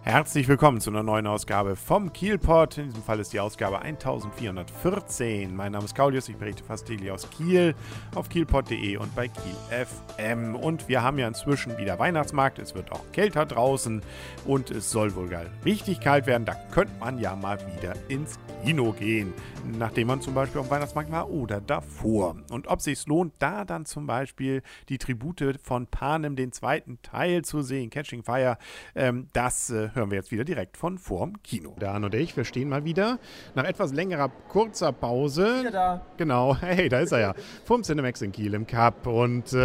Herzlich willkommen zu einer neuen Ausgabe vom Kielpot. In diesem Fall ist die Ausgabe 1414. Mein Name ist Kaulius, ich berichte fast täglich aus Kiel auf kielpot.de und bei Kiel FM. Und wir haben ja inzwischen wieder Weihnachtsmarkt, es wird auch kälter draußen und es soll wohl richtig kalt werden. Da könnte man ja mal wieder ins Kino gehen, nachdem man zum Beispiel auf dem Weihnachtsmarkt war oder davor. Und ob es sich lohnt, da dann zum Beispiel die Tribute von Panem, den zweiten Teil zu sehen, Catching Fire, das hören wir jetzt wieder direkt von vorm Kino. Dan und ich, wir stehen mal wieder nach etwas längerer, kurzer Pause. Wieder da. Genau, hey, da ist er ja. Vom Cinemax in Kiel im Cup. Und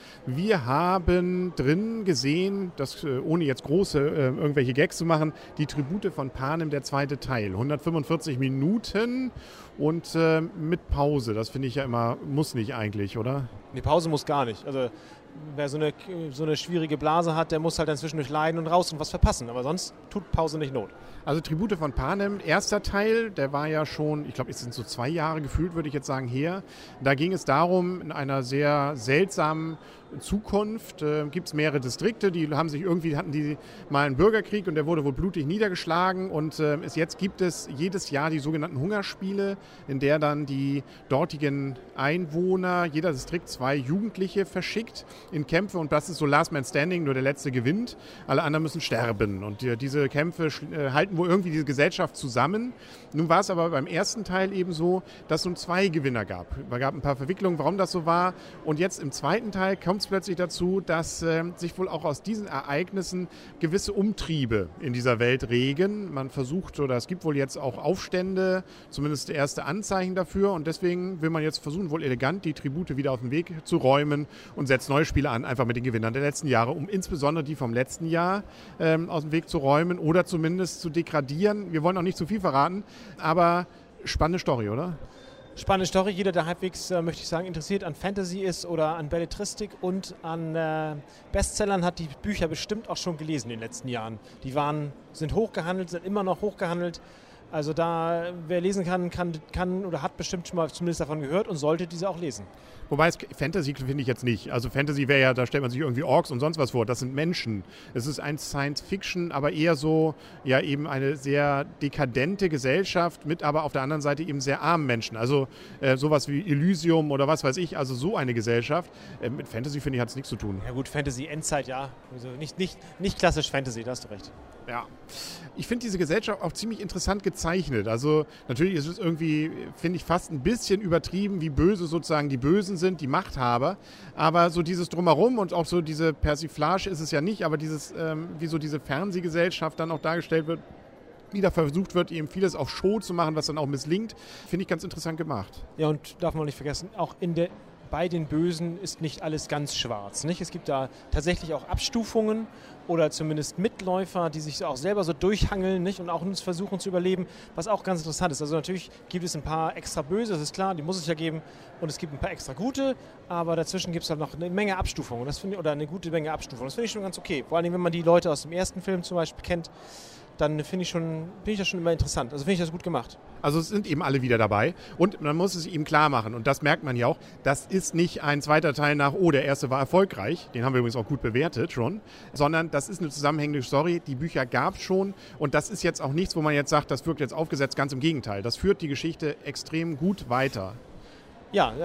wir haben drin gesehen, dass, ohne jetzt große irgendwelche Gags zu machen, die Tribute von Panem, der zweite Teil. 145 Minuten und mit Pause. Das finde ich ja immer, muss nicht eigentlich, oder? Die Pause muss gar nicht. Also wer so eine schwierige Blase hat, der muss halt dann zwischendurch leiden und raus und was verpassen. Aber sonst tut Pause nicht Not. Also Tribute von Panem, erster Teil, der war ja schon, ich glaube, es sind so 2 Jahre gefühlt, würde ich jetzt sagen, her. Da ging es darum, in einer sehr seltsamen Zukunft gibt es mehrere Distrikte, hatten die mal einen Bürgerkrieg und der wurde wohl blutig niedergeschlagen und jetzt gibt es jedes Jahr die sogenannten Hungerspiele, in der dann die dortigen Einwohner, jeder Distrikt 2 Jugendliche verschickt in Kämpfe und das ist so Last Man Standing, nur der Letzte gewinnt, alle anderen müssen sterben und diese Kämpfe halten wohl irgendwie diese Gesellschaft zusammen. Nun war es aber beim ersten Teil eben so, dass es nun 2 Gewinner gab. Es gab ein paar Verwicklungen, warum das so war und jetzt im zweiten Teil kommt es plötzlich dazu, dass sich wohl auch aus diesen Ereignissen gewisse Umtriebe in dieser Welt regen. Man versucht, oder es gibt wohl jetzt auch Aufstände, zumindest erste Anzeichen dafür und deswegen will man jetzt versuchen, wohl elegant die Tribute wieder auf den Weg zu räumen und setzt neue Spiele an, einfach mit den Gewinnern der letzten Jahre, um insbesondere die vom letzten Jahr aus dem Weg zu räumen oder zumindest zu degradieren. Wir wollen auch nicht zu viel verraten, aber spannende Story, oder? Spannende Story. Jeder, der halbwegs, möchte ich sagen, interessiert an Fantasy ist oder an Belletristik und an Bestsellern, hat die Bücher bestimmt auch schon gelesen in den letzten Jahren. Die sind hochgehandelt, sind immer noch hochgehandelt. Also da, wer lesen kann oder hat bestimmt schon mal zumindest davon gehört und sollte diese auch lesen. Wobei Fantasy finde ich jetzt nicht. Also Fantasy wäre ja, da stellt man sich irgendwie Orks und sonst was vor. Das sind Menschen. Es ist ein Science-Fiction, aber eher so, ja eben eine sehr dekadente Gesellschaft mit aber auf der anderen Seite eben sehr armen Menschen. Also sowas wie Elysium oder was weiß ich, also so eine Gesellschaft. Mit Fantasy, finde ich, hat es nichts zu tun. Ja gut, Fantasy, Endzeit, ja. Also nicht klassisch Fantasy, da hast du recht. Ja. Ich finde diese Gesellschaft auch ziemlich interessant gezeichnet. Also natürlich ist es irgendwie, finde ich, fast ein bisschen übertrieben, wie böse sozusagen die Bösen sind, die Machthaber. Aber so dieses Drumherum und auch so diese Persiflage ist es ja nicht, aber dieses, wie so diese Fernsehgesellschaft dann auch dargestellt wird, wie da versucht wird, eben vieles auf Show zu machen, was dann auch misslingt, finde ich ganz interessant gemacht. Ja, und darf man nicht vergessen, auch bei den Bösen ist nicht alles ganz schwarz. Nicht? Es gibt da tatsächlich auch Abstufungen oder zumindest Mitläufer, die sich auch selber so durchhangeln, nicht? Und auch uns versuchen zu überleben, was auch ganz interessant ist. Also natürlich gibt es ein paar extra Böse, das ist klar, die muss es ja geben. Und es gibt ein paar extra Gute, aber dazwischen gibt es halt noch eine Menge Abstufungen. Oder eine gute Menge Abstufungen. Das finde ich schon ganz okay. Vor allem, wenn man die Leute aus dem ersten Film zum Beispiel kennt, dann finde ich das schon immer interessant. Also finde ich das gut gemacht. Also es sind eben alle wieder dabei und man muss es ihm klar machen und das merkt man ja auch, das ist nicht ein zweiter Teil nach, der erste war erfolgreich, den haben wir übrigens auch gut bewertet schon, sondern das ist eine zusammenhängende Story, die Bücher gab es schon und das ist jetzt auch nichts, wo man jetzt sagt, das wirkt jetzt aufgesetzt, ganz im Gegenteil. Das führt die Geschichte extrem gut weiter. Ja,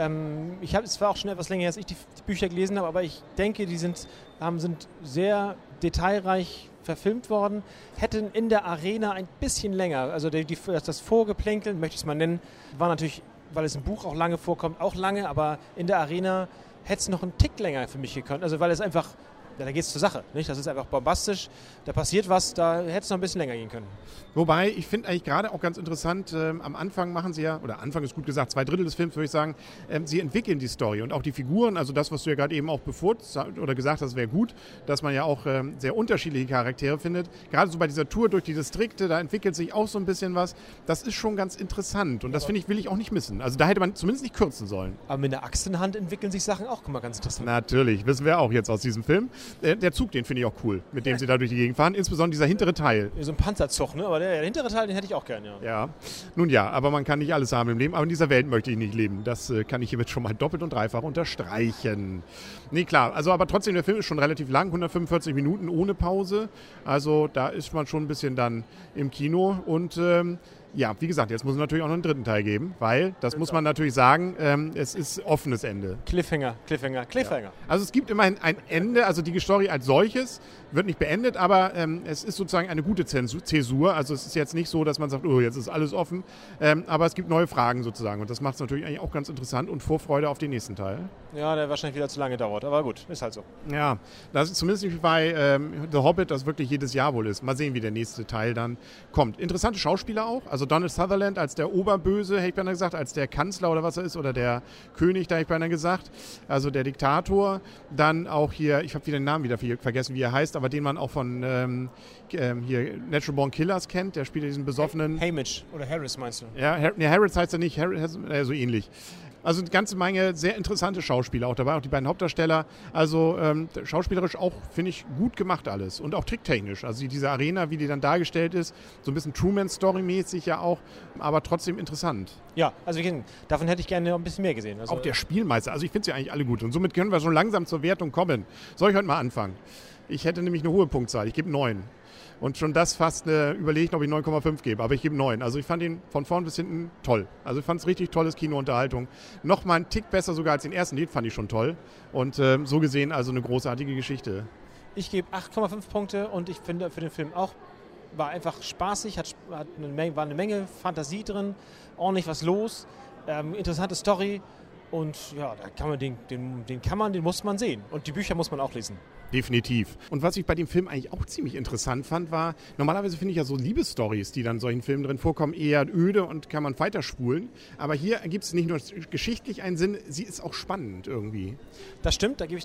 es war auch schon etwas länger her, als ich die Bücher gelesen habe, aber ich denke, die sind sehr detailreich verfilmt worden, hätten in der Arena ein bisschen länger, also das Vorgeplänkel, möchte ich es mal nennen, war natürlich, weil es im Buch auch lange vorkommt, auch lange, aber in der Arena hätte es noch einen Tick länger für mich gekonnt, also weil es einfach, ja, da geht es zur Sache, nicht? Das ist einfach bombastisch, da passiert was, da hätte es noch ein bisschen länger gehen können. Wobei, ich finde eigentlich gerade auch ganz interessant, am Anfang machen sie ja, oder Anfang ist gut gesagt, 2/3 des Films würde ich sagen, sie entwickeln die Story und auch die Figuren, also das, was du ja gerade eben auch gesagt hast, wäre gut, dass man ja auch sehr unterschiedliche Charaktere findet. Gerade so bei dieser Tour durch die Distrikte, da entwickelt sich auch so ein bisschen was. Das ist schon ganz interessant und das finde ich, will ich auch nicht missen. Also da hätte man zumindest nicht kürzen sollen. Aber mit der Axt in der Hand entwickeln sich Sachen auch immer ganz interessant. Natürlich, wissen wir auch jetzt aus diesem Film. Der Zug, den finde ich auch cool, mit dem sie da durch die Gegend fahren. Insbesondere dieser hintere Teil. So ein Panzerzug, ne? Aber der hintere Teil, den hätte ich auch gern, ja. Ja, nun ja, aber man kann nicht alles haben im Leben. Aber in dieser Welt möchte ich nicht leben. Das kann ich hiermit schon mal doppelt und dreifach unterstreichen. Nee, klar. Also aber trotzdem, der Film ist schon relativ lang, 145 Minuten ohne Pause. Also da ist man schon ein bisschen dann im Kino. Und ja, wie gesagt, jetzt muss es natürlich auch noch einen dritten Teil geben, weil, das muss man natürlich sagen, es ist offenes Ende. Cliffhanger. Ja. Also es gibt immerhin ein Ende, also die Story als solches wird nicht beendet, aber es ist sozusagen eine gute Zäsur. Also es ist jetzt nicht so, dass man sagt, oh, jetzt ist alles offen, aber es gibt neue Fragen sozusagen und das macht es natürlich eigentlich auch ganz interessant und Vorfreude auf den nächsten Teil. Ja, der wahrscheinlich wieder zu lange dauert, aber gut, ist halt so. Ja, das ist zumindest nicht wie bei The Hobbit, das wirklich jedes Jahr wohl ist. Mal sehen, wie der nächste Teil dann kommt. Interessante Schauspieler auch, also Donald Sutherland als der Oberböse, hätte ich beinahe gesagt, als der Kanzler oder was er ist, oder der König, da hätte ich beinahe gesagt, also der Diktator. Dann auch hier, ich habe wieder den Namen wieder vergessen, wie er heißt, aber den man auch von hier Natural Born Killers kennt, der spielt diesen besoffenen... Hamish oder Harris meinst du? Ja, Harris heißt er nicht, Harris, so ähnlich. Also eine ganze Menge sehr interessante Schauspieler auch dabei, auch die beiden Hauptdarsteller. Also schauspielerisch auch, finde ich, gut gemacht alles. Und auch tricktechnisch. Also diese Arena, wie die dann dargestellt ist, so ein bisschen Truman-Story-mäßig ja auch, aber trotzdem interessant. Ja, also davon hätte ich gerne noch ein bisschen mehr gesehen. Also auch der Spielmeister, also ich finde sie eigentlich alle gut. Und somit können wir schon langsam zur Wertung kommen. Soll ich heute mal anfangen? Ich hätte nämlich eine hohe Punktzahl, ich gebe 9. Und schon das fast überlegt, ob ich 9,5 gebe. Aber ich gebe 9. Also ich fand ihn von vorn bis hinten toll. Also ich fand es richtig tolles Kinounterhaltung. Nochmal einen Tick besser sogar als den ersten Lied, fand ich schon toll. Und so gesehen also eine großartige Geschichte. Ich gebe 8,5 Punkte und ich finde für den Film auch, war einfach spaßig, war eine Menge Fantasie drin, ordentlich was los, interessante Story. Und ja, da kann man den muss man sehen. Und die Bücher muss man auch lesen. Definitiv. Und was ich bei dem Film eigentlich auch ziemlich interessant fand, war, normalerweise finde ich ja so Liebesstories, die dann in solchen Filmen drin vorkommen, eher öde und kann man weiterspulen. Aber hier gibt es nicht nur geschichtlich einen Sinn, sie ist auch spannend irgendwie. Das stimmt, da gebe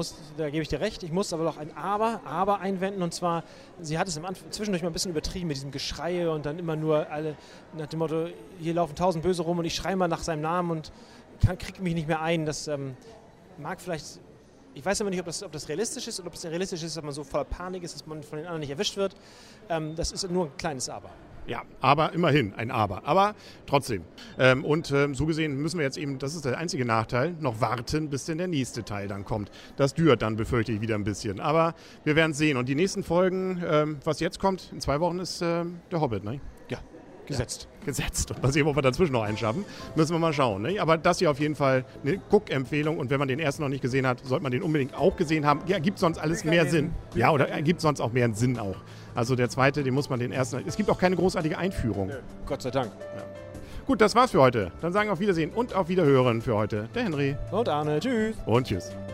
ich dir recht. Ich muss aber noch ein Aber einwenden. Und zwar, sie hat es zwischendurch mal ein bisschen übertrieben mit diesem Geschreie und dann immer nur alle nach dem Motto, hier laufen 1000 Böse rum und ich schreie mal nach seinem Namen und kriege mich nicht mehr ein. Das mag vielleicht... Ich weiß aber nicht, ob das realistisch ist oder ob es realistisch ist, dass man so voller Panik ist, dass man von den anderen nicht erwischt wird. Das ist nur ein kleines Aber. Ja, aber immerhin ein Aber. Aber trotzdem. So gesehen müssen wir jetzt eben, das ist der einzige Nachteil, noch warten, bis denn der nächste Teil dann kommt. Das dauert dann, befürchte ich, wieder ein bisschen. Aber wir werden es sehen. Und die nächsten Folgen, was jetzt kommt, in 2 Wochen ist der Hobbit, ne? Ja. Gesetzt. Ja, gesetzt. Und mal sehen, ob wir dazwischen noch einen schaffen. Müssen wir mal schauen. Ne? Aber das hier auf jeden Fall eine Guck-Empfehlung. Und wenn man den ersten noch nicht gesehen hat, sollte man den unbedingt auch gesehen haben. Ja, gibt sonst alles mehr Sinn. Ja, oder gibt sonst auch mehr einen Sinn auch. Also der zweite, den muss man den ersten... Es gibt auch keine großartige Einführung. Ja, Gott sei Dank. Ja. Gut, das war's für heute. Dann sagen wir auf Wiedersehen und auf Wiederhören für heute. Der Henry. Und Arne. Tschüss. Und tschüss.